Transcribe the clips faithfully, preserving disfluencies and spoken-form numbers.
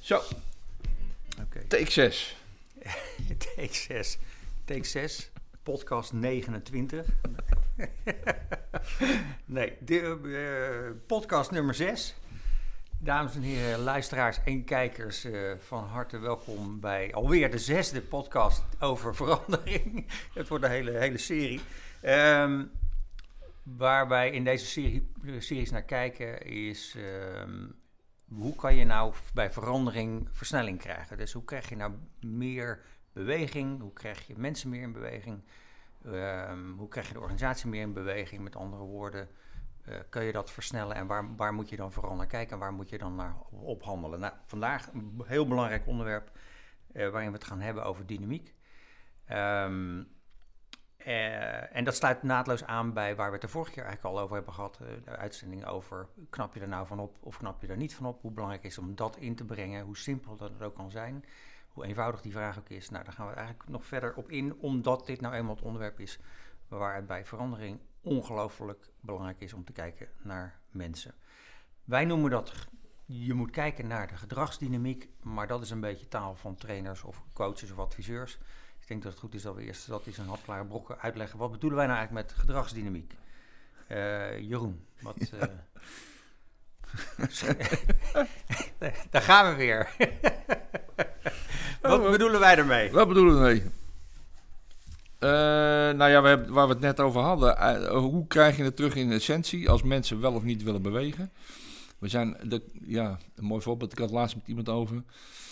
Zo. Okay. Take zes. Take zes. Take zes. Podcast negenentwintig. nee, de, uh, podcast nummer zes. Dames en heren, luisteraars en kijkers, uh, van harte welkom bij alweer de zesde podcast over verandering. Het wordt een hele, hele serie. Um, waar wij in deze serie, series naar kijken is... Um, hoe kan je nou bij verandering versnelling krijgen? Dus hoe krijg je nou meer beweging? Hoe krijg je mensen meer in beweging? Um, hoe krijg je de organisatie meer in beweging? Met andere woorden, uh, kun je dat versnellen en waar, waar moet je dan vooral naar kijken en waar moet je dan naar ophandelen? Nou, vandaag een heel belangrijk onderwerp uh, waarin we het gaan hebben over dynamiek. Um, Uh, en dat sluit naadloos aan bij waar we het de vorige keer eigenlijk al over hebben gehad. Uh, de uitzending over, knap je er nou van op of knap je er niet van op? Hoe belangrijk is om dat in te brengen? Hoe simpel dat het ook kan zijn? Hoe eenvoudig die vraag ook is? Nou, daar gaan we eigenlijk nog verder op in, omdat dit nou eenmaal het onderwerp is waar het bij verandering ongelooflijk belangrijk is om te kijken naar mensen. Wij noemen dat, je moet kijken naar de gedragsdynamiek, maar dat is een beetje taal van trainers of coaches of adviseurs. Ik denk dat het goed is dat we eerst dat is een hapklare brokken uitleggen. Wat bedoelen wij nou eigenlijk met gedragsdynamiek? Uh, Jeroen, wat... Uh... Daar gaan we weer. Wat bedoelen wij ermee? Wat bedoelen we ermee? Uh, nou ja, we hebben, waar we het net over hadden. Uh, hoe krijg je het terug in essentie als mensen wel of niet willen bewegen? We zijn, de, ja, een mooi voorbeeld. Ik had laatst met iemand over...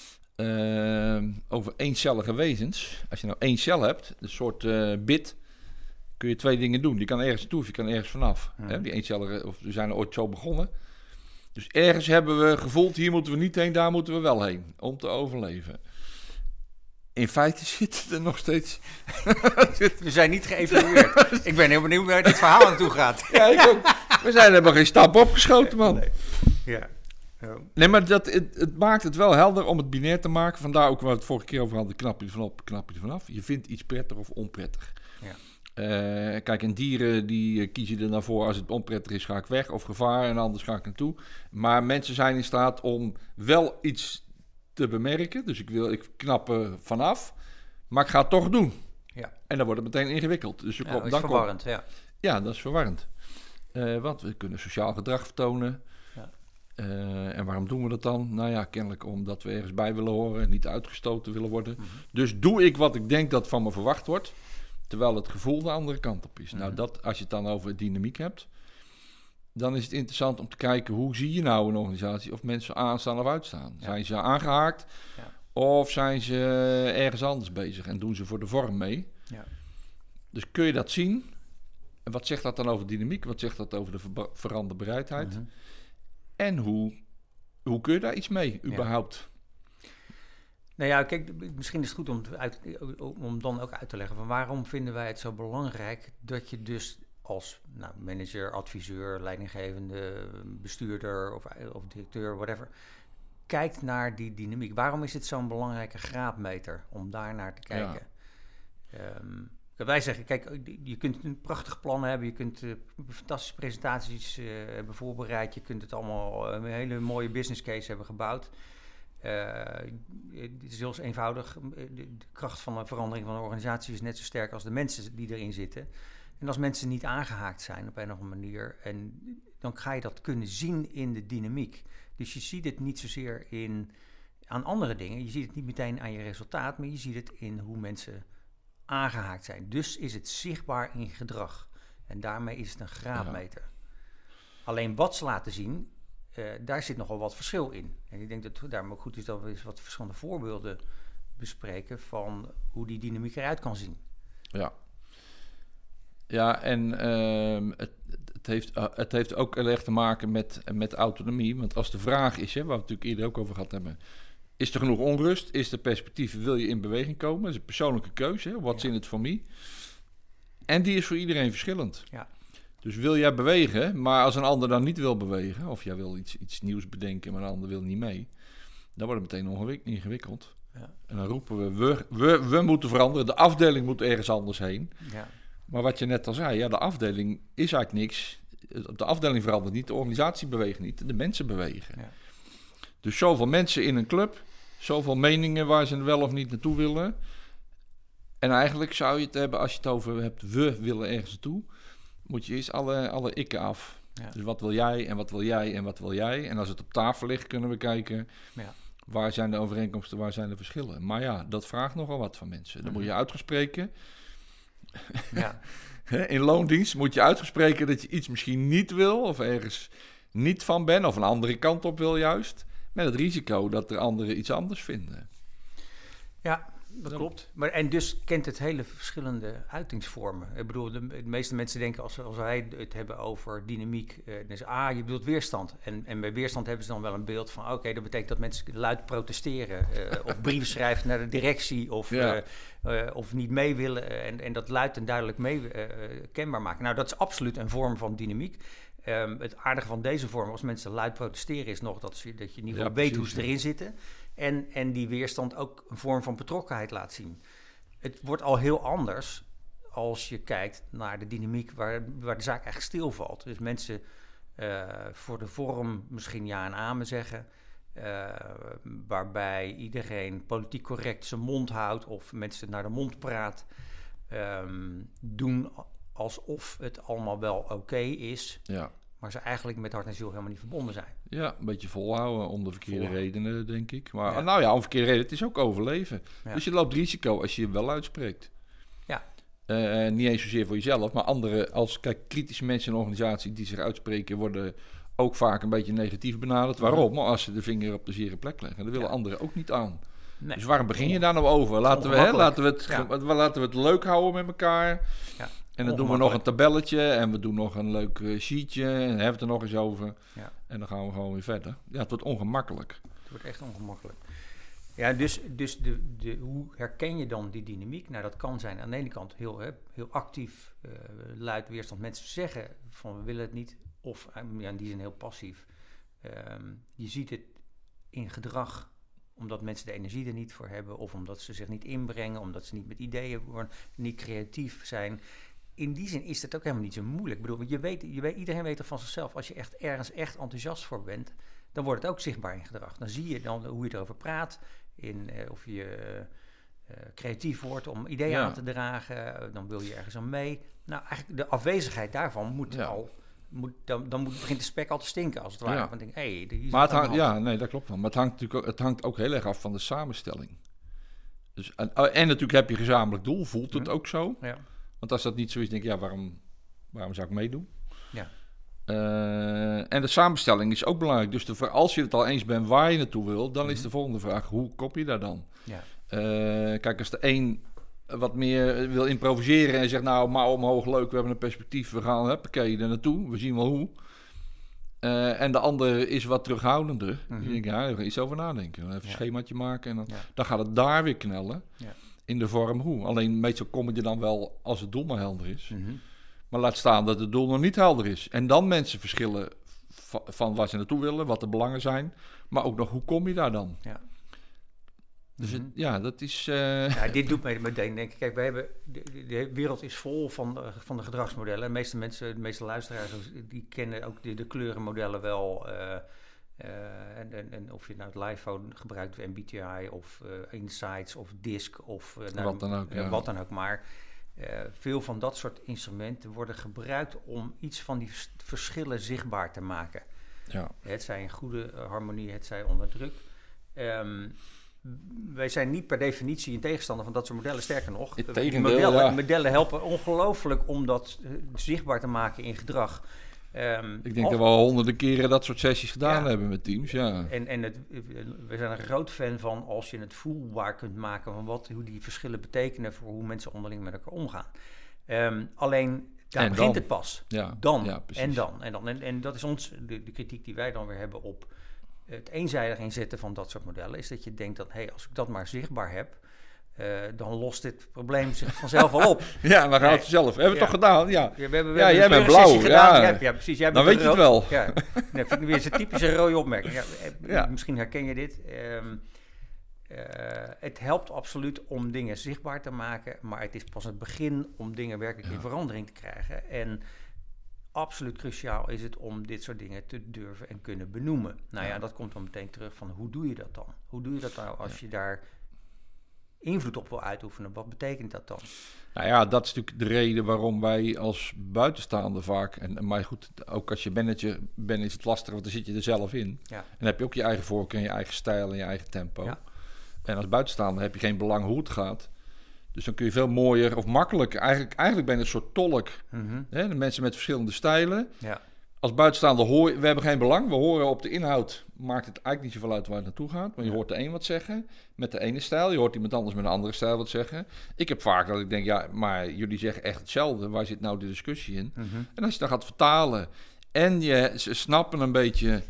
Uh, over eencellige wezens. Als je nou één cel hebt, een soort uh, bit, kun je twee dingen doen. Je kan ergens toe of je kan ergens vanaf. Hmm. Hè? Die eencellige, of we zijn er ooit zo begonnen. Dus ergens hebben we gevoeld, hier moeten we niet heen, daar moeten we wel heen. Om te overleven. In feite zitten er nog steeds... we zijn niet geëvalueerd. Ik ben heel benieuwd waar dit verhaal naartoe gaat. Ja, ik ook. We zijn helemaal geen stap opgeschoten, man. Nee. Ja. Oh. Nee, maar dat, het, het maakt het wel helder om het binair te maken. Vandaar ook waar we het vorige keer over hadden. Knap je ervan op, knap je ervan af. Je vindt iets prettig of onprettig. Ja. Uh, kijk, en dieren die uh, kiezen er nou voor. Als het onprettig is, ga ik weg. Of gevaar en anders ga ik naartoe. Maar mensen zijn in staat om wel iets te bemerken. Dus ik wil, ik knap er vanaf. Maar ik ga het toch doen. Ja. En dan wordt het meteen ingewikkeld. Dus ja, komt, dat is dan verwarrend, komt, ja. Ja, dat is verwarrend. Uh, want we kunnen sociaal gedrag vertonen. Uh, en waarom doen we dat dan? Nou ja, kennelijk omdat we ergens bij willen horen, niet uitgestoten willen worden. Mm-hmm. Dus doe ik wat ik denk dat van me verwacht wordt, terwijl het gevoel de andere kant op is. Mm-hmm. Nou, dat, als je het dan over dynamiek hebt, dan is het interessant om te kijken, hoe zie je nou een organisatie of mensen aanstaan of uitstaan? Ja. Zijn ze aangehaakt ja. of zijn ze ergens anders bezig en doen ze voor de vorm mee? Ja. Dus kun je dat zien? En wat zegt dat dan over dynamiek? Wat zegt dat over de ver- veranderbereidheid? Mm-hmm. En hoe, hoe kun je daar iets mee, überhaupt? Ja. Nou ja, kijk, misschien is het goed om, uit, om dan ook uit te leggen... van waarom vinden wij het zo belangrijk dat je dus als nou, manager, adviseur, leidinggevende, bestuurder of, of directeur, whatever... kijkt naar die dynamiek. Waarom is het zo'n belangrijke graadmeter om daar naar te kijken? Ja. Um, Wij zeggen, kijk, je kunt een prachtig plan hebben, je kunt uh, fantastische presentaties uh, hebben voorbereid, je kunt het allemaal een hele mooie business case hebben gebouwd. Uh, het is heel eenvoudig, de, de kracht van de verandering van een organisatie is net zo sterk als de mensen die erin zitten. En als mensen niet aangehaakt zijn op een of andere manier, en dan ga je dat kunnen zien in de dynamiek. Dus je ziet het niet zozeer in, aan andere dingen, je ziet het niet meteen aan je resultaat, maar je ziet het in hoe mensen aangehaakt zijn. Dus is het zichtbaar in gedrag. En daarmee is het een graadmeter. Ja. Alleen wat ze laten zien, uh, daar zit nogal wat verschil in. En ik denk dat het daarom ook goed is dat we eens wat verschillende voorbeelden bespreken van hoe die dynamiek eruit kan zien. Ja. Ja, en uh, het, het, heeft, uh, het heeft ook heel erg te maken met, met autonomie. Want als de vraag is, hè, waar we het natuurlijk eerder ook over gehad hebben... Is er genoeg onrust? Is er perspectief? Wil je in beweging komen? Dat is een persoonlijke keuze. What's ja. in it for me? En die is voor iedereen verschillend. Ja. Dus wil jij bewegen, maar als een ander dan niet wil bewegen... of jij wil iets, iets nieuws bedenken, maar een ander wil niet mee... dan wordt het meteen ongewik- ingewikkeld. Ja. En dan roepen we we, we, we moeten veranderen. De afdeling moet ergens anders heen. Ja. Maar wat je net al zei, ja, de afdeling is eigenlijk niks. De afdeling verandert niet, de organisatie beweegt niet, de mensen bewegen. Ja. Dus zoveel mensen in een club, zoveel meningen waar ze wel of niet naartoe willen. En eigenlijk zou je het hebben, als je het over hebt, we willen ergens naartoe, moet je eerst alle, alle ikken af. Ja. Dus wat wil jij en wat wil jij en wat wil jij? En als het op tafel ligt, kunnen we kijken, ja. waar zijn de overeenkomsten, waar zijn de verschillen? Maar ja, dat vraagt nogal wat van mensen. Dan mm-hmm. moet je uitgespreken. Ja. In loondienst moet je uitgespreken dat je iets misschien niet wil of ergens niet van bent of een andere kant op wil juist. Met het risico dat er anderen iets anders vinden. Ja, dat ja. klopt. Maar, en dus kent het hele verschillende uitingsvormen. Ik bedoel, de, de meeste mensen denken als, als wij het hebben over dynamiek, eh, dan is ah, je bedoelt weerstand. En, en bij weerstand hebben ze dan wel een beeld van, oké, okay, dat betekent dat mensen luid protesteren. Uh, of brieven schrijven naar de directie of, ja. uh, uh, of niet mee willen. Uh, en, en dat luid en duidelijk mee uh, kenbaar maken. Nou, dat is absoluut een vorm van dynamiek. Um, het aardige van deze vorm, als mensen luid protesteren, is nog dat, ze, dat je in ieder geval ja, weet precies, hoe ze erin zitten. En, en die weerstand ook een vorm van betrokkenheid laat zien. Het wordt al heel anders als je kijkt naar de dynamiek waar, waar de zaak eigenlijk stilvalt. Dus mensen uh, voor de vorm misschien ja en amen zeggen. Uh, waarbij iedereen politiek correct zijn mond houdt of mensen naar de mond praat. Um, doen alsof het allemaal wel oké okay is. Ja. Maar ze eigenlijk met hart en ziel helemaal niet verbonden zijn. Ja, een beetje volhouden om de verkeerde volhouden. redenen, denk ik. Maar ja. nou ja, om verkeerde redenen, het is ook overleven. Ja. Dus je loopt risico als je je wel uitspreekt. Ja. Uh, niet eens zozeer voor jezelf, maar andere, als kijk, kritische mensen in een organisatie die zich uitspreken, worden ook vaak een beetje negatief benaderd. Waarom? Maar als ze de vinger op de zere plek leggen, dan willen ja. anderen ook niet aan. Nee. Dus waarom begin je daar nou over? Laten we, hè, laten, we het, ja. laten we het leuk houden met elkaar. Ja. En dan doen we nog een tabelletje en we doen nog een leuk uh, sheetje en hebben we het er nog eens over. Ja. En dan gaan we gewoon weer verder. Ja, het wordt ongemakkelijk. Het wordt echt ongemakkelijk. Ja, dus, dus de, de, hoe herken je dan die dynamiek? Nou, dat kan zijn aan de ene kant heel, hè, heel actief, uh, luid weerstand. Mensen zeggen van we willen het niet. Of ja, in die zin heel passief. Um, je ziet het in gedrag, omdat mensen de energie er niet voor hebben. Of omdat ze zich niet inbrengen, omdat ze niet met ideeën worden, niet creatief zijn. In die zin is het ook helemaal niet zo moeilijk. Ik bedoel, je weet, je weet, iedereen weet er van zichzelf. Als je echt ergens echt enthousiast voor bent, dan wordt het ook zichtbaar in gedrag. Dan zie je dan hoe je erover praat, in, uh, of je uh, creatief wordt om ideeën ja. aan te dragen. Uh, dan wil je ergens aan mee. Nou, eigenlijk de afwezigheid daarvan moet ja. al... Moet, dan, dan moet, begint de spek al te stinken, als het ware. Ja. Van denk, hey, hier maar het hangt, ja, nee, dat klopt wel. Maar het hangt, natuurlijk ook, het hangt ook heel erg af van de samenstelling. Dus, en, en natuurlijk heb je gezamenlijk doel, voelt het hm. ook zo. Ja. Want als dat niet zo is, denk ik, ja, waarom, waarom zou ik meedoen? Ja. Uh, en de samenstelling is ook belangrijk. Dus de, als je het al eens bent waar je naartoe wil, dan mm-hmm. is de volgende vraag, hoe kom je daar dan? Ja. Uh, kijk, als de een wat meer wil improviseren en zegt, nou, maar omhoog, leuk, we hebben een perspectief, we gaan, huppakee, er naartoe, we zien wel hoe. Uh, en de ander is wat terughoudender. Mm-hmm. Die denkt, ja, we gaan iets over nadenken. Even een ja. schemaatje maken en dan, ja. dan gaat het daar weer knellen. Ja. In de vorm hoe. Alleen meestal kom je dan wel als het doel maar helder is. Mm-hmm. Maar laat staan dat het doel nog niet helder is. En dan mensen verschillen van, van waar ze naartoe willen, wat de belangen zijn. Maar ook nog, hoe kom je daar dan? Ja. Dus mm-hmm. het, ja, dat is... Uh... Ja, dit doet mij meteen denken. Kijk, we hebben, de, de wereld is vol van de, van de gedragsmodellen. De meeste mensen, de meeste luisteraars, die kennen ook de, de kleurenmodellen wel... Uh, Uh, en, en, en of je nou het LivePhone gebruikt, M B T I of uh, Insights of Disk of uh, nou, wat dan ook. Uh, ja. Wat dan ook maar. Uh, veel van dat soort instrumenten worden gebruikt om iets van die vers- verschillen zichtbaar te maken. Ja. Het zij een goede uh, harmonie, het zij onder druk. Um, wij zijn niet per definitie een tegenstander van dat soort modellen. Sterker nog, modellen, ja. modellen helpen ongelooflijk om dat uh, zichtbaar te maken in gedrag. Um, ik denk of, dat we al honderden keren dat soort sessies gedaan ja, hebben met teams, ja. En, en het, we zijn een groot fan van als je het voelbaar kunt maken van wat, hoe die verschillen betekenen voor hoe mensen onderling met elkaar omgaan. Um, alleen, daar en begint dan. het pas. Ja, dan ja, en dan. En, dan. En, en dat is ons, de, de kritiek die wij dan weer hebben op het eenzijdig inzetten van dat soort modellen, is dat je denkt dat, hé, hey, als ik dat maar zichtbaar heb, Uh, dan lost dit probleem zich vanzelf al op. Ja, dan gaan we het zelf. We hebben ja. het toch gedaan? Ja, ja, we hebben, we ja hebben jij bent blauw. Ja. Ja. ja, precies. Jij dan weet je het wel. Ja. Nee, vind ik weer een typische rode opmerking. Ja, ja. Misschien herken je dit. Um, uh, het helpt absoluut om dingen zichtbaar te maken, maar het is pas het begin om dingen werkelijk ja. in verandering te krijgen. En absoluut cruciaal is het om dit soort dingen te durven en kunnen benoemen. Nou ja, ja dat komt dan meteen terug van hoe doe je dat dan? Hoe doe je dat nou als ja. je daar invloed op wil uitoefenen? Wat betekent dat dan? Nou ja, dat is natuurlijk de reden waarom wij als buitenstaander vaak... En, maar goed, ook als je manager bent is het lastig, want dan zit je er zelf in. Ja. En dan heb je ook je eigen voorkeur en je eigen stijl en je eigen tempo. Ja. En als buitenstaander heb je geen belang hoe het gaat. Dus dan kun je veel mooier of makkelijker... Eigenlijk, eigenlijk ben je een soort tolk. Mm-hmm. Hè? De mensen met verschillende stijlen. Ja. Als buitenstaander hoor je... We hebben geen belang. We horen op de inhoud. Maakt het eigenlijk niet zoveel uit waar het naartoe gaat. Maar je hoort de een wat zeggen. Met de ene stijl. Je hoort iemand anders met een andere stijl wat zeggen. Ik heb vaak dat ik denk... Ja, maar jullie zeggen echt hetzelfde. Waar zit nou de discussie in? Mm-hmm. En als je dan gaat vertalen... En je, ze snappen een beetje... Uh,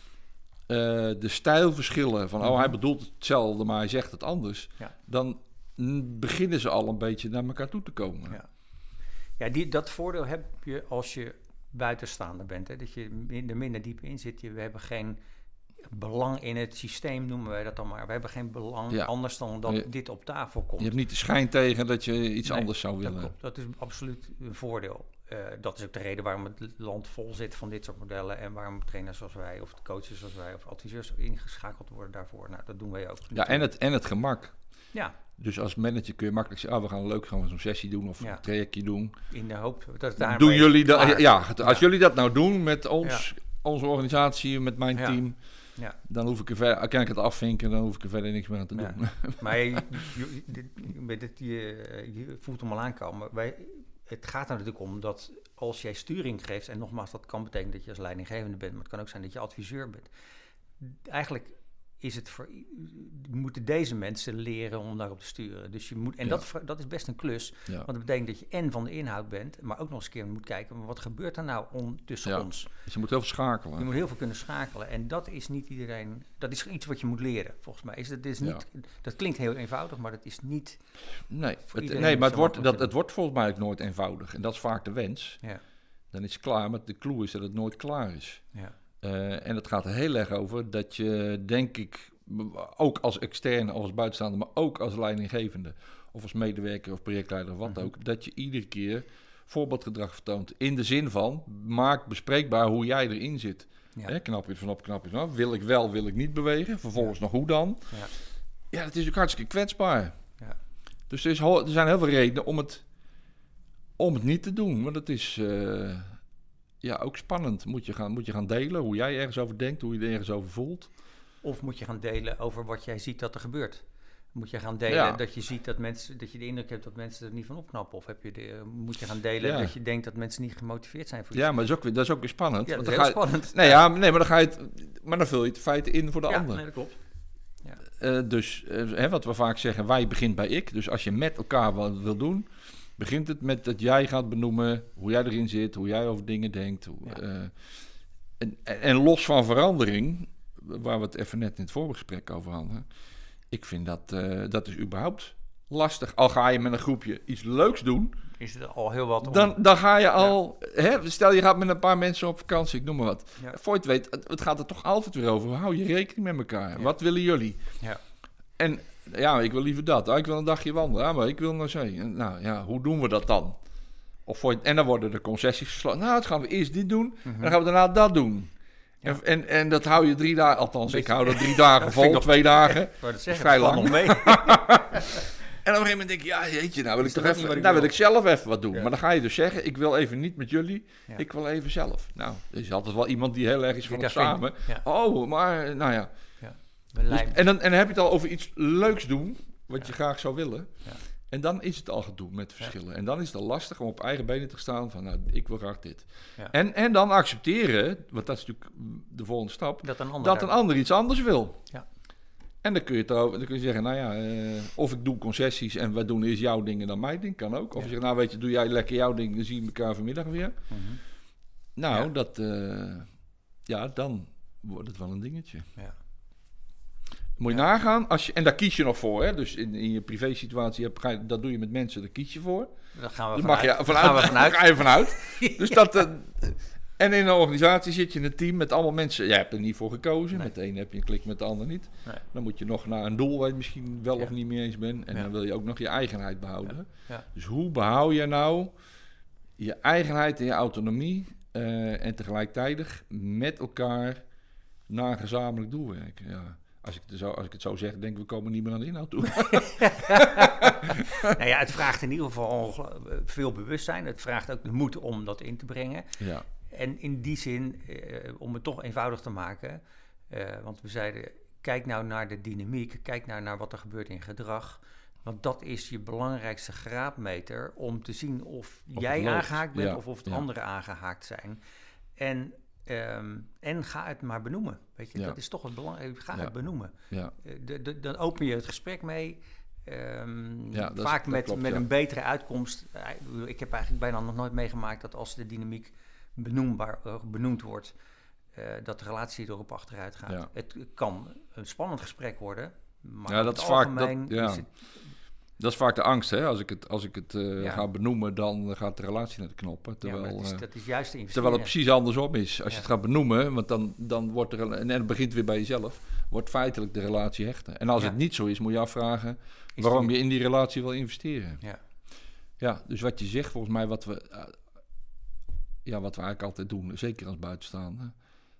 de stijlverschillen. Van, mm-hmm. oh, hij bedoelt hetzelfde, maar hij zegt het anders. Ja. Dan... beginnen ze al een beetje naar elkaar toe te komen. Ja, ja die, dat voordeel heb je als je buitenstaander bent. Hè? Dat je er minder diep in zit. We hebben geen belang in het systeem, noemen wij dat dan maar. We hebben geen belang ja. anders dan dat je, dit op tafel komt. Je hebt niet de schijn tegen dat je iets nee, anders zou willen. Dat klopt. Dat is absoluut een voordeel. Uh, dat is ook de reden waarom het land vol zit van dit soort modellen en waarom trainers zoals wij of coaches zoals wij of adviseurs ingeschakeld worden daarvoor. Nou, dat doen wij ook. Ja, en het, en het gemak. Ja. Dus als manager kun je makkelijk zeggen, oh, we gaan leuk gaan we zo'n sessie doen of ja. een trajectje doen. In de hoop dat het daar doen jullie dat? Ja, ja, als ja. jullie dat nou doen met ons, ja. onze organisatie, met mijn ja. team, ja. dan hoef ik er verder, kan ik het afvinken, dan hoef ik er verder niks meer aan te doen. Ja. Maar je, je, je, je, je voelt hem al aankomen. Wij, het gaat er natuurlijk om dat als jij sturing geeft, en nogmaals, dat kan betekenen dat je als leidinggevende bent, maar het kan ook zijn dat je adviseur bent. Eigenlijk is het voor, moeten deze mensen leren om daarop te sturen. Dus je moet, en ja. dat, dat is best een klus. Ja. Want dat betekent dat je en van de inhoud bent, maar ook nog eens een keer moet kijken, maar wat gebeurt er nou om, tussen ja. ons? Dus je moet heel veel schakelen. Je moet heel veel kunnen schakelen. En dat is niet iedereen, dat is iets wat je moet leren, volgens mij. Is dat, is niet, ja. dat klinkt heel eenvoudig, maar dat is niet... Nee, het, nee maar het wordt, dat, het wordt volgens mij ook nooit eenvoudig. En dat is vaak de wens. Ja. Dan is het klaar, maar de clue is dat het nooit klaar is. Ja. Uh, en het gaat er heel erg over dat je, denk ik, ook als externe of als buitenstaander, maar ook als leidinggevende of als medewerker of projectleider of wat mm-hmm. ook, dat je iedere keer voorbeeldgedrag vertoont. In de zin van, maak bespreekbaar hoe jij erin zit. Ja. Hè, knap je vanop, knap je vanaf. Wil ik wel, wil ik niet bewegen? Vervolgens ja. nog hoe dan? Ja, ja dat is ook hartstikke kwetsbaar. Ja. Dus er, is, er zijn heel veel redenen om het, om het niet te doen. Want het is... Uh, Ja, ook spannend. Moet je, gaan, moet je gaan delen hoe jij ergens over denkt, hoe je er ergens over voelt. Of moet je gaan delen over wat jij ziet dat er gebeurt. Moet je gaan delen ja. dat je ziet dat mensen, dat je de indruk hebt dat mensen er niet van opknappen. Of heb je de, moet je gaan delen ja. dat je denkt dat mensen niet gemotiveerd zijn voor iets. Ja, maar dat is ook weer, dat is ook weer spannend. Ja, dat want is heel dan spannend. Je, nee, ja, nee, maar dan ga je het, maar dan vul je het feit in voor de ja, ander. Nee, dat klopt. Ja. Uh, dus uh, hè, wat we vaak zeggen, wij begint bij ik. Dus als je met elkaar wat wil doen, begint het met dat jij gaat benoemen hoe jij erin zit, hoe jij over dingen denkt. Hoe, ja. uh, en, en los van verandering, waar we het even net in het voorgesprek over hadden. Ik vind dat, uh, dat is überhaupt lastig. Al ga je met een groepje iets leuks doen, is het al heel wat om... dan, dan ga je al... Ja. Hè, stel je gaat met een paar mensen op vakantie, ik noem maar wat. Ja. Voor je het weet, het, het gaat er toch altijd weer over. Hou je rekening met elkaar. Ja. Wat willen jullie? Ja. En ja, ik wil liever dat. Oh, ik wil een dagje wandelen. Ja, maar ik wil naar zee. Nou ja, hoe doen we dat dan? Of voor je, en dan worden de concessies gesloten. Nou, dan gaan we eerst dit doen. Mm-hmm. En dan gaan we daarna dat doen. Ja. En, en, en dat hou je drie dagen... Althans, ik hou dat drie dagen vol. Nog, twee dagen. Dat is vrij lang. Nog mee. En op een gegeven moment denk ik, ja jeetje, nou wil ik toch even, nou wil. wil ik zelf even wat doen. Ja. Maar dan ga je dus zeggen, ik wil even niet met jullie, ja. ik wil even zelf. Nou, er is altijd wel iemand die heel erg is van het samen. Ja. Oh, maar, nou ja. ja. Dus, en, dan, en dan heb je het al over iets leuks doen, wat ja. je graag zou willen. Ja. En dan is het al gedoe met verschillen. Ja. En dan is het al lastig om op eigen benen te staan van, nou, ik wil graag dit. Ja. En, en dan accepteren, want dat is natuurlijk de volgende stap, dat een ander, dat een ander iets anders wil. Ja. En dan kun je, het over, dan kun je zeggen, nou ja, uh, of ik doe concessies en wij doen eerst jouw ding en dan mijn ding, kan ook. Of ja. je zegt, nou weet je, doe jij lekker jouw ding, dan zien we elkaar vanmiddag weer. Mm-hmm. Nou, ja. dat, uh, ja, dan wordt het wel een dingetje. Ja. Moet je ja. nagaan, als je, en daar kies je nog voor, hè? Dus in, in je privé situatie, heb, ga je, dat doe je met mensen, daar kies je voor. Daar gaan we dus vanuit. Mag je, vanuit, gaan we vanuit. Ga je vanuit. Dus dat... Uh, En in een organisatie zit je in een team met allemaal mensen. Jij hebt er niet voor gekozen. Nee. Met de een heb je een klik, met de ander niet. Nee. Dan moet je nog naar een doel waar je misschien wel ja. of niet mee eens bent. En ja. dan wil je ook nog je eigenheid behouden. Ja. Ja. Dus hoe behoud je nou je eigenheid en je autonomie Uh, en tegelijkertijd met elkaar naar een gezamenlijk doel werken. Ja. Als ik, het zo, als ik het zo zeg, denk ik, we komen niet meer aan de inhoud toe. Nou ja, het vraagt in ieder geval veel bewustzijn. Het vraagt ook de moed om dat in te brengen. Ja. En in die zin, uh, om het toch eenvoudig te maken, uh, want we zeiden, kijk nou naar de dynamiek, kijk nou naar wat er gebeurt in gedrag. Want dat is je belangrijkste graadmeter om te zien of, of jij aangehaakt bent ja, of of het ja. anderen aangehaakt zijn. En, um, en ga het maar benoemen. Weet je, ja. dat is toch het belangrijkste. Ga ja. het benoemen. Ja. De, de, dan open je het gesprek mee. Um, ja, vaak is, met, klopt, met ja. een betere uitkomst. Ik heb eigenlijk bijna nog nooit meegemaakt dat als de dynamiek benoembaar, uh, benoemd wordt, uh, dat de relatie erop achteruit gaat. Ja. Het kan een spannend gesprek worden. Maar ja, dat is vaak dat, ja. is het, dat is vaak de angst, hè? Als ik het, als ik het uh, ja. ga benoemen, dan gaat de relatie naar de knoppen. Terwijl, ja, dat, is, dat is juist de investering. Terwijl het precies andersom is. Als ja. je het gaat benoemen, want dan, dan wordt er... En het begint weer bij jezelf, wordt feitelijk de relatie hechter. En als ja. het niet zo is, moet je afvragen is waarom die... je in die relatie wil investeren. Ja. ja, dus wat je zegt, volgens mij, wat we... Uh, ja, wat we eigenlijk altijd doen, zeker als buitenstaander.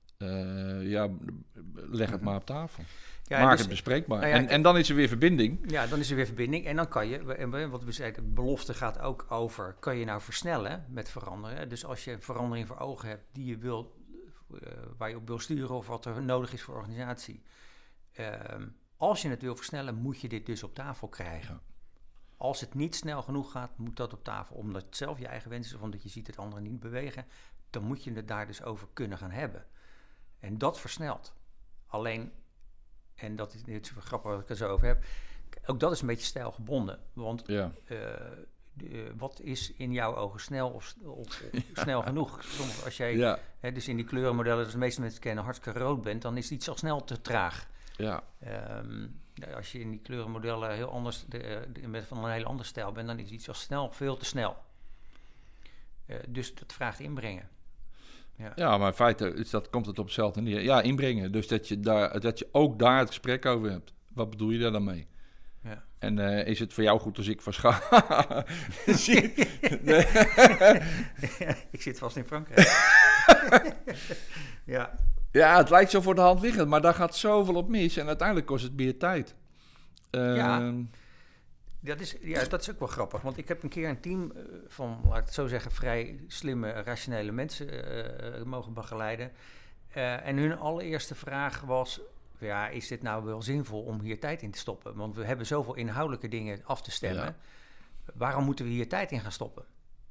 Uh, ja, leg het maar op tafel. Ja, Maak dus, het bespreekbaar. Nou ja, en, en dan is er weer verbinding. Ja, dan is er weer verbinding. En dan kan je, wat we zeiden, de belofte gaat ook over, kan je nou versnellen met veranderen. Dus als je een verandering voor ogen hebt die je wil, uh, waar je op wil sturen of wat er nodig is voor organisatie. Uh, als je het wil versnellen, moet je dit dus op tafel krijgen. Ja. Als het niet snel genoeg gaat, moet dat op tafel. Omdat het zelf je eigen wens is of omdat je ziet het anderen niet bewegen, dan moet je het daar dus over kunnen gaan hebben. En dat versnelt. Alleen, en dat is niet zo grappig wat ik er zo over heb, ook dat is een beetje stijlgebonden. Want ja. uh, de, wat is in jouw ogen snel of, of ja. snel genoeg? Soms als jij ja. hè, dus in die kleurenmodellen, dus de meeste mensen kennen, hartstikke rood bent, dan is het iets al snel te traag. Ja. Um, als je in die kleurenmodellen heel anders, de, de, met van een heel ander stijl bent, dan is iets al snel veel te snel. Uh, dus dat vraagt inbrengen. Ja. ja, maar in feite is dat, komt het op hetzelfde neer. Ja, inbrengen. Dus dat je, daar, dat je ook daar het gesprek over hebt. Wat bedoel je daar dan mee? Ja. En uh, is het voor jou goed als ik verschaal? nee. Ik zit vast in Frankrijk. ja. ja, het lijkt zo voor de hand liggend, maar daar gaat zoveel op mis. En uiteindelijk kost het meer tijd. Uh, ja. Dat is, ja, dat is ook wel grappig, want ik heb een keer een team van, laat ik het zo zeggen, vrij slimme, rationele mensen uh, mogen begeleiden. Uh, en hun allereerste vraag was, ja, is dit nou wel zinvol om hier tijd in te stoppen? Want we hebben zoveel inhoudelijke dingen af te stemmen. Ja. Waarom moeten we hier tijd in gaan stoppen?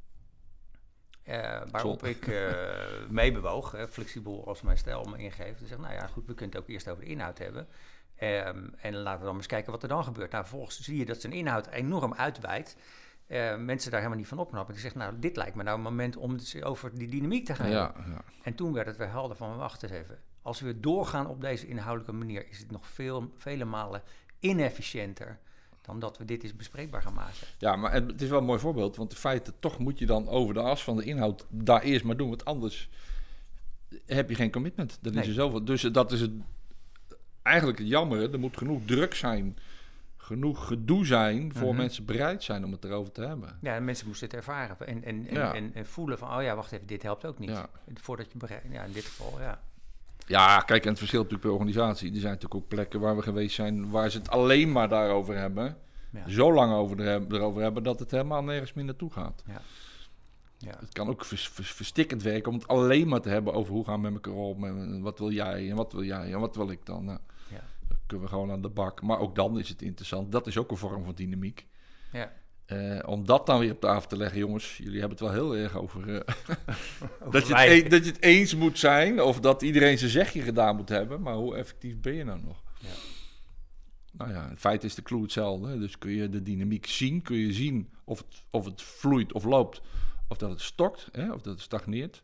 Uh, waarop ik uh, meebewoog, uh, flexibel als mijn stijl me ingeeft. En zeg, nou ja, goed, we kunnen het ook eerst over de inhoud hebben. Um, en laten we dan eens kijken wat er dan gebeurt. Nou, vervolgens zie je dat zijn inhoud enorm uitweidt. Uh, mensen daar helemaal niet van opknappen. Die zeggen, nou, dit lijkt me nou een moment om het over die dynamiek te gaan ja, hebben. Ja. En toen werd het weer helder van, wacht eens even. Als we doorgaan op deze inhoudelijke manier, is het nog veel, vele malen inefficiënter dan dat we dit eens bespreekbaar gaan maken. Ja, maar het is wel een mooi voorbeeld. Want in feite, toch moet je dan over de as van de inhoud daar eerst maar doen. Want anders heb je geen commitment. Dan nee. is er zoveel. Dus dat is het... Eigenlijk het jammer, er moet genoeg druk zijn, genoeg gedoe zijn voor mm-hmm. mensen bereid zijn om het erover te hebben. Ja, en mensen moesten het ervaren en, en, en, ja. en, en voelen van, oh ja, wacht even, dit helpt ook niet. Ja. Voordat je bereidt, ja, in dit geval, ja. Ja, kijk, en het verschil natuurlijk per organisatie. Er zijn natuurlijk ook plekken waar we geweest zijn, waar ze het alleen maar daarover hebben. Ja. Zo lang over de, erover hebben, dat het helemaal nergens meer naartoe gaat. Ja. Ja. Het kan ook vers, vers, verstikkend werken om het alleen maar te hebben over hoe gaan we met elkaar om en wat wil jij en wat wil jij en wat wil ik dan. Nou, ja. Dan kunnen we gewoon aan de bak. Maar ook dan is het interessant. Dat is ook een vorm van dynamiek. Ja. Uh, om dat dan weer op tafel te leggen, jongens. Jullie hebben het wel heel erg over, uh, over dat, je het e- dat je het eens moet zijn of dat iedereen zijn zegje gedaan moet hebben. Maar hoe effectief ben je nou nog? Ja. Nou ja, in feite is de clue hetzelfde. Dus kun je de dynamiek zien. Kun je zien of het, of het vloeit of loopt. Of dat het stokt, hè, of dat het stagneert.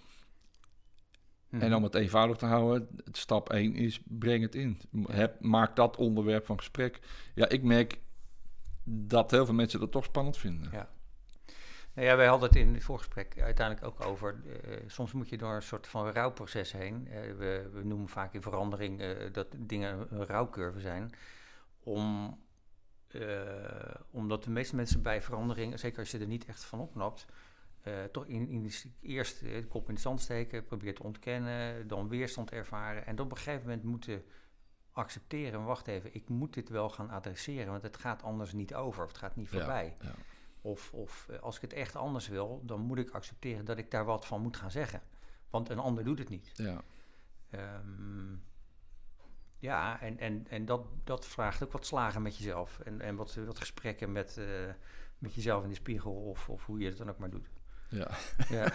Hmm. En om het eenvoudig te houden, het stap één is, breng het in. Heb, maak dat onderwerp van gesprek. Ja, ik merk dat heel veel mensen dat toch spannend vinden. Ja. Nou ja, wij hadden het in het voorgesprek uiteindelijk ook over... Uh, soms moet je door een soort van rouwproces heen. Uh, we, we noemen vaak in verandering uh, dat dingen een rouwcurve zijn. Om... Uh, omdat de meeste mensen bij verandering, zeker als je er niet echt van opknapt... uh, toch in, in de, eerst uh, de kop in het zand steken, proberen te ontkennen, dan weerstand ervaren en op een gegeven moment moeten accepteren, wacht even, ik moet dit wel gaan adresseren, want het gaat anders niet over, of het gaat niet voorbij. Ja, ja. Of, of uh, als ik het echt anders wil, dan moet ik accepteren dat ik daar wat van moet gaan zeggen. Want een ander doet het niet. Ja, um, ja en, en, en dat, dat vraagt ook wat slagen met jezelf. En, en wat, wat gesprekken met, uh, met jezelf in de spiegel, of, of hoe je het dan ook maar doet. Ja. Ja.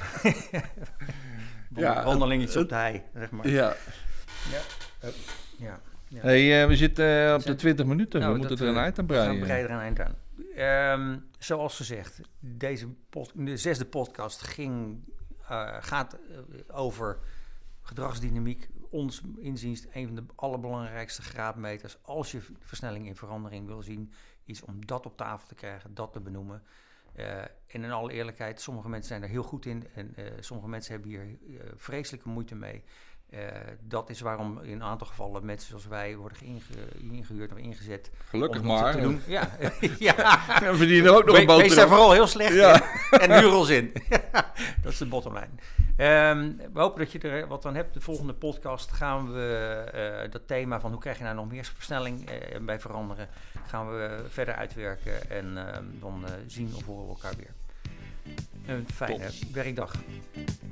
ja Wandelingetjes op de hei, zeg maar. Ja. Ja. Uh, ja. Ja. Hey, uh, we zitten uh, op de twintig minuten, nou, we moeten er een eind aan breien. We breien er een eind aan. Um, zoals gezegd, deze pod- de zesde podcast ging, uh, gaat uh, over gedragsdynamiek. Ons inziens een van de allerbelangrijkste graadmeters. Als je versnelling in verandering wil zien, is om dat op tafel te krijgen, dat te benoemen. Uh, en in alle eerlijkheid, sommige mensen zijn er heel goed in en uh, sommige mensen hebben hier uh, vreselijke moeite mee. Uh, dat is waarom in een aantal gevallen mensen zoals wij worden inge- ingehuurd of ingezet. Gelukkig maar. Te doen. Ja. ja. En verdienen ook nog een boterham. Wees daar vooral heel slecht ja. in. En huur ons in. Dat is de bottomline. Um, we hopen dat je er wat aan hebt. De volgende podcast gaan we uh, dat thema van hoe krijg je nou nog meer versnelling uh, bij veranderen, gaan we verder uitwerken en uh, dan uh, zien of horen we elkaar weer. Een fijne Top. werkdag.